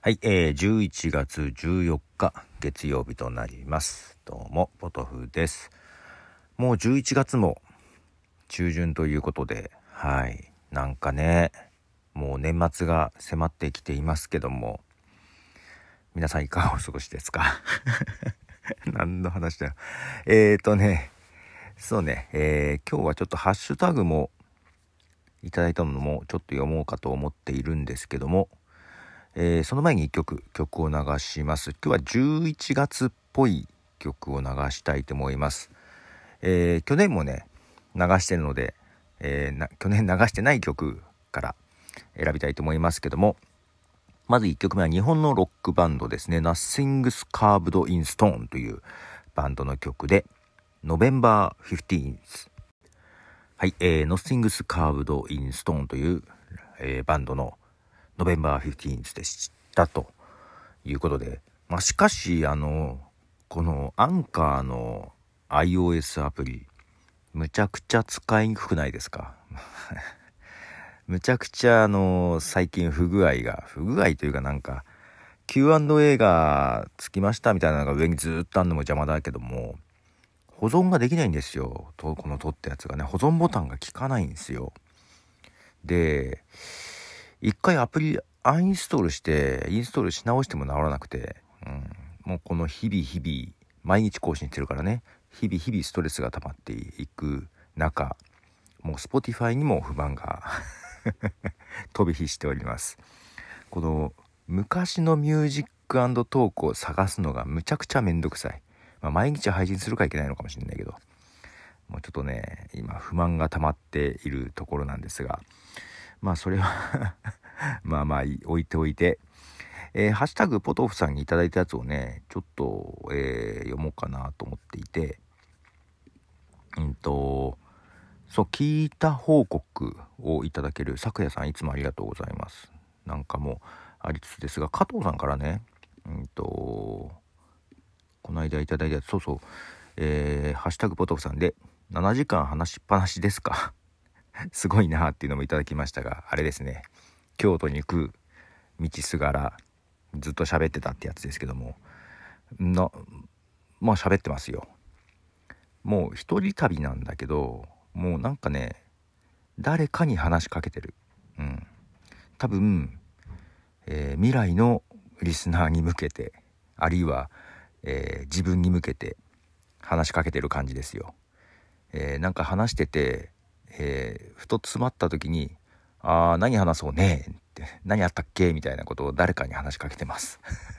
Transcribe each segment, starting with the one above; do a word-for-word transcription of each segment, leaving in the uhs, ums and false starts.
はい、えー、じゅういちがつじゅうよっか月曜日となります。どうもポトフです。もうじゅういちがつも中旬ということで、はい、なんかね、もう年末が迫ってきていますけども、皆さんいかがお過ごしですか？何の話だよ。えーとね、そうね、えー、今日はちょっとハッシュタグもいただいたのもちょっと読もうかと思っているんですけども、えー、その前にいっきょく曲を流します。今日はじゅういちがつっぽい曲を流したいと思います。えー、去年もね流してるので、えー、な去年流してない曲から選びたいと思いますけども、まずいっきょくめは日本のロックバンドですね。 Nothing's Carved in Stone というバンドの曲で November フィフティーンズ。 はい、えー、Nothing's Carved in Stone という、えー、バンドのノベンバーフィフティーンズでしたということで、まあ、しかしあのこのアンカーの iOS アプリむちゃくちゃ使いにくくないですか？むちゃくちゃあの最近不具合が不具合というか、なんか キューアンドエー がつきましたみたいなのが上にずっとあるのも邪魔だけども、保存ができないんですよ。とこの撮ったやつがね、保存ボタンが効かないんですよ。で一回アプリアンインストールしてインストールし直しても治らなくて、うん、もうこの日々日々毎日更新してるからね、日々日々ストレスが溜まっていく中、もう Spotify にも不満が飛び火しております。この昔のミュージック&トークを探すのがむちゃくちゃめんどくさい、まあ、毎日配信するかいけないのかもしれないけど、もうちょっとね今不満が溜まっているところなんですが、まあそれはまあまあ置いておいて、えー、ハッシュタグポトフさんにいただいたやつをねちょっと、えー、読もうかなと思っていて、うんとそう聞いた報告をいただける咲夜さん、いつもありがとうございます。なんかもありつつですが、加藤さんからね、うんとこの間いただいたやつ、そうそう、えー、ハッシュタグポトフさんでななじかん話しっぱなしですか？すごいなっていうのもいただきましたが、あれですね、京都に行く道すがらずっと喋ってたってやつですけども、なまあ喋ってますよ。もう一人旅なんだけど、もうなんかね誰かに話しかけてる、うん、多分、えー、未来のリスナーに向けて、あるいは、えー、自分に向けて話しかけてる感じですよ。えー、なんか話してて、えー、ふと詰まった時に、あー何話そうねって何あったっけみたいなことを誰かに話しかけてます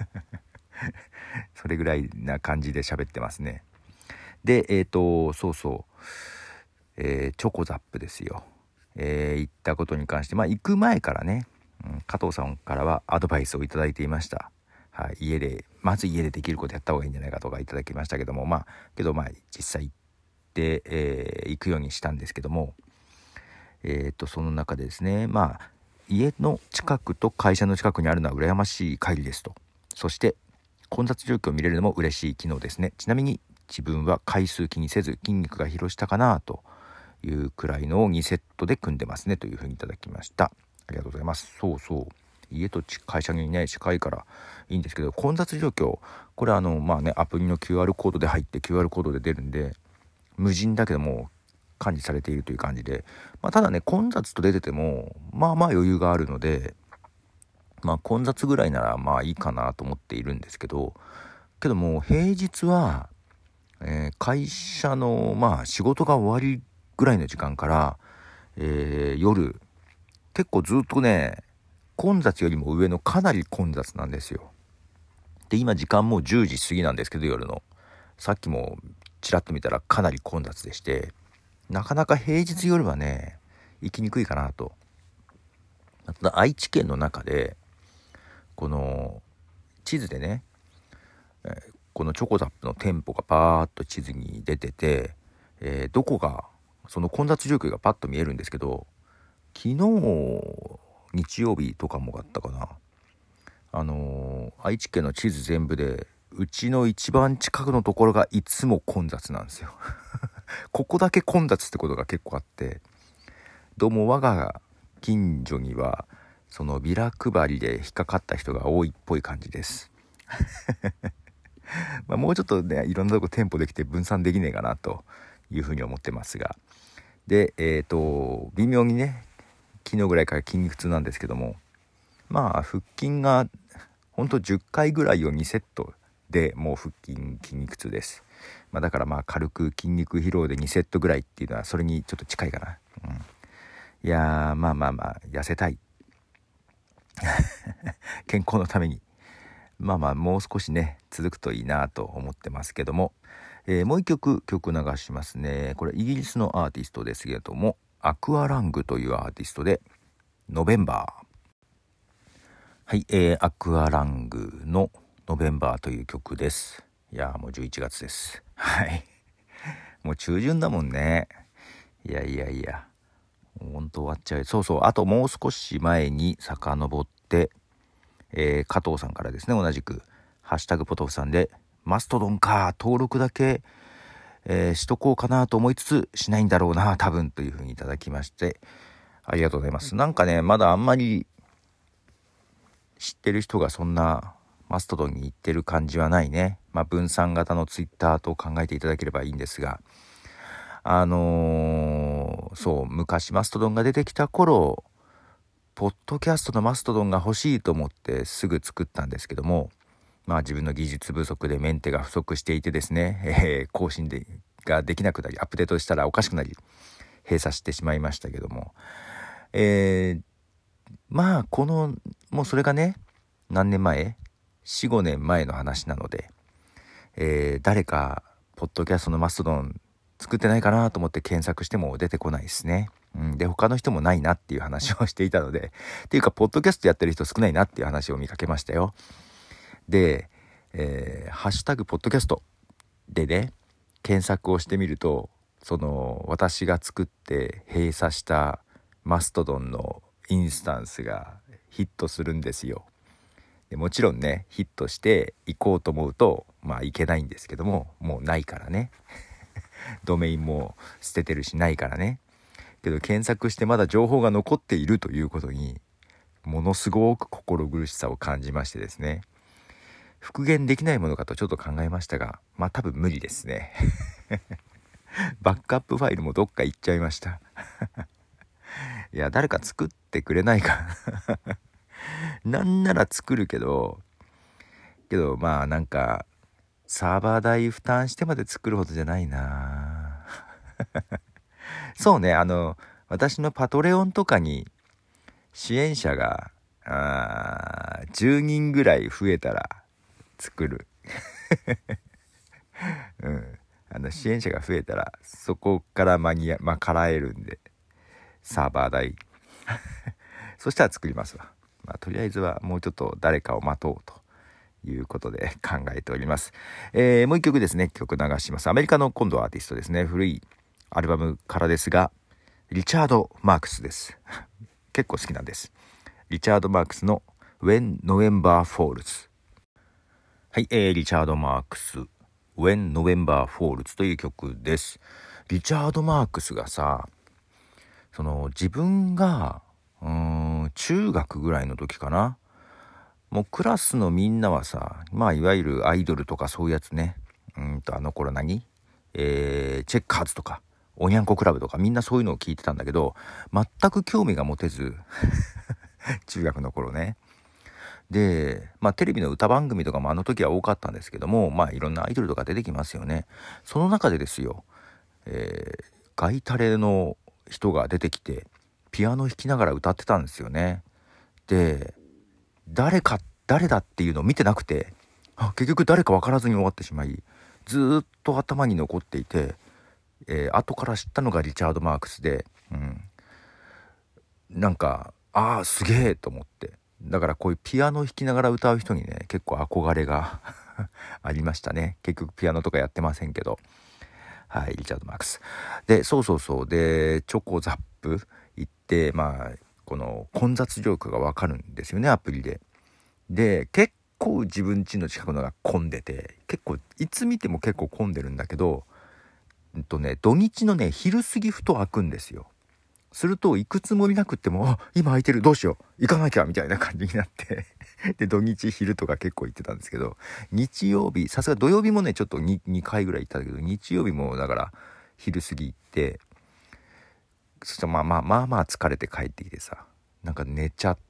それぐらいな感じで喋ってますね。でえっ、ー、とそうそう、えー、チョコザップですよ。えー、行ったことに関して、まあ行く前からね、うん、加藤さんからはアドバイスをいただいていました。はい、家でまず家でできることやった方がいいんじゃないかとかいただきましたけども、まあけどまあ実際行って、えー、行くようにしたんですけども、えー、とその中でですね、まあ家の近くと会社の近くにあるのは羨ましい限りですと。そして混雑状況を見れるのも嬉しい機能ですね。ちなみに自分は回数気にせず筋肉が疲労したかなというくらいのにセットで組んでますねというふうにいただきました。ありがとうございます。そうそう、家と会社にね近いからいいんですけど、混雑状況、これあのまあねアプリの キューアール コードで入って キューアール コードで出るんで無人だけども管理されているという感じで、まあ、ただね混雑と出ててもまあまあ余裕があるので、まあ混雑ぐらいならまあいいかなと思っているんですけど、けども平日は、えー、会社のまあ仕事が終わりぐらいの時間から、えー、夜結構ずっとね混雑よりも上のかなり混雑なんですよ。で今時間もうじゅうじ過ぎなんですけど、夜のさっきもちらっと見たらかなり混雑でして、なかなか平日夜はね行きにくいかなと。ただ愛知県の中でこの地図でね、えーこのチョコザップの店舗がパーッと地図に出てて、えー、どこがその混雑状況がパッと見えるんですけど、昨日日曜日とかもあったかな、あのー、愛知県の地図全部でうちの一番近くのところがいつも混雑なんですよここだけ混雑ってことが結構あって、どうも我が近所にはそのビラ配りで引っかかった人が多いっぽい感じですまあもうちょっとねいろんなとこ店舗できて分散できねえかなというふうに思ってますが、でえっと微妙にね昨日ぐらいから筋肉痛なんですけども、まあ腹筋がほんとじゅっかいぐらいをにセットでもう腹筋筋肉痛です。まあ、だからまあ軽く筋肉疲労でにセットぐらいっていうのはそれにちょっと近いかな。うん、いやーまあまあまあ痩せたい健康のためにまあまあもう少しね続くといいなと思ってますけども、えー、もう一曲曲流しますね。これイギリスのアーティストですけれども、アクアラングというアーティストでノベンバー。はい、えー、アクアラングのノベンバーという曲です。いやーもうじゅういちがつです。はいもう中旬だもんね。いやいやいやほんと終わっちゃう。そうそう、あともう少し前に遡って、えー、加藤さんからですね、同じくハッシュタグポトフさんでマストドンか登録だけ、えー、しとこうかなと思いつつしないんだろうな多分というふうにいただきましてありがとうございます。なんかねまだあんまり知ってる人がそんなマストドンに行ってる感じはないね。まあ分散型のツイッターと考えていただければいいんですが、あのー、そう昔マストドンが出てきた頃ポッドキャストのマストドンが欲しいと思ってすぐ作ったんですけども、まあ自分の技術不足でメンテが不足していてですね、えー、更新でができなくなりアップデートしたらおかしくなり閉鎖してしまいましたけども、えー、まあこのもうそれがね何年前 よん,ご 年前の話なので、えー、誰かポッドキャストのマストドン作ってないかなと思って検索しても出てこないですね。うん、で他の人もないなっていう話をしていたので、っていうかポッドキャストやってる人少ないなっていう話を見かけましたよ。で、えー、ハッシュタグポッドキャストでね検索をしてみると、その私が作って閉鎖したマストドンのインスタンスがヒットするんですよ。でもちろんねヒットして行こうと思うとまあ行けないんですけども、もうないからねドメインも捨ててるしないからね。けど検索してまだ情報が残っているということにものすごく心苦しさを感じましてですね、復元できないものかとちょっと考えましたが、まあ多分無理ですねバックアップファイルもどっか行っちゃいましたいや誰か作ってくれないかなんなら作るけどけどまあなんかサーバー代負担してまで作るほどじゃないなそうね、あの私のパトレオンとかに支援者があじゅうにんぐらい増えたら作るうんあの支援者が増えたらそこから間に合まあ払えるんでサーバー代そしたら作りますわ。まあとりあえずはもうちょっと誰かを待とうということで考えております。えー、もう一曲ですね、曲流します。アメリカの今度アーティストですね、古いアルバムからですがリチャード・マークスです結構好きなんです。リチャード・マークスの When November Falls。 はい、えー、リチャード・マークス When November Falls という曲です。リチャード・マークスがさ、その自分がうーん中学ぐらいの時かな、もうクラスのみんなはさ、まあいわゆるアイドルとかそういうやつね、うんとあの頃何えー、チェッカーズとかおにゃんこクラブとかみんなそういうのを聞いてたんだけど、全く興味が持てず中学の頃ね。でまあテレビの歌番組とかもあの時は多かったんですけども、まあいろんなアイドルとか出てきますよね。その中でですよ、えー、ガイタレの人が出てきてピアノ弾きながら歌ってたんですよね。で誰か誰だっていうのを見てなくて、あ結局誰か分からずに終わってしまい、ずっと頭に残っていて、えー、後から知ったのがリチャード・マークスで、うん、なんかああすげえと思って、だからこういうピアノ弾きながら歌う人にね結構憧れがありましたね。結局ピアノとかやってませんけど、はいリチャード・マークスで、そうそうそうでチョコザップ行って、まあこの混雑状況がわかるんですよね、アプリで。で結構自分家の近くのが混んでて、結構いつ見ても結構混んでるんだけど、うんとね土日のね昼過ぎふと開くんですよ。 すると行くつもりなくっても、あ、今空いてる、どうしよう、行かなきゃみたいな感じになってで土日昼とか結構行ってたんですけど、日曜日、さすが土曜日もねちょっと 2, にかいぐらい行ったんだけど、日曜日もだから昼過ぎ行って、そしたらまあまあまあまあ疲れて帰ってきてさ、なんか寝ちゃって、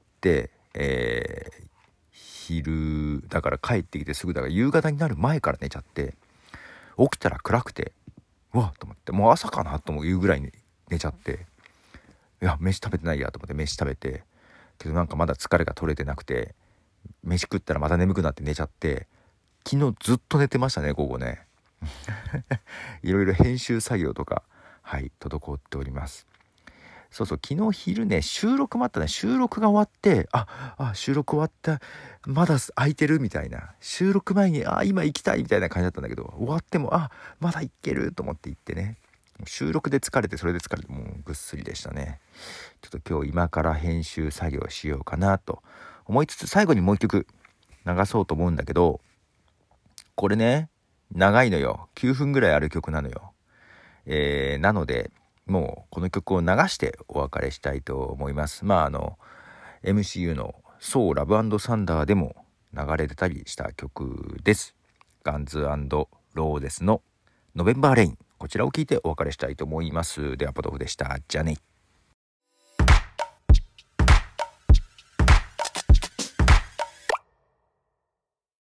えー、昼だから帰ってきてすぐだから夕方になる前から寝ちゃって、起きたら暗くて、うわっと思って、もう朝かなというぐらいに寝ちゃって、いや飯食べてないやと思って飯食べて、けどなんかまだ疲れが取れてなくて、飯食ったらまた眠くなって寝ちゃって、昨日ずっと寝てましたね、午後ねいろいろ編集作業とか、はい滞っております。そうそう、昨日昼ね収録もあったね。収録が終わって、ああ収録終わった、まだ空いてるみたいな、収録前にあ今行きたいみたいな感じだったんだけど、終わってもあまだ行けると思って行ってね、収録で疲れて、それで疲れてもうぐっすりでしたね。ちょっと今日今から編集作業しようかなと思いつつ、最後にもう一曲流そうと思うんだけど、これね長いのよ。きゅうふんぐらいある曲なのよ。えー、なのでもうこの曲を流してお別れしたいと思います。まああの エムシーユー のソーラブ&サンダーでも流れてたりした曲です。ガンズ&ローゼスのノベンバーレイン、こちらを聴いてお別れしたいと思います。ではポトフでした。じゃあね。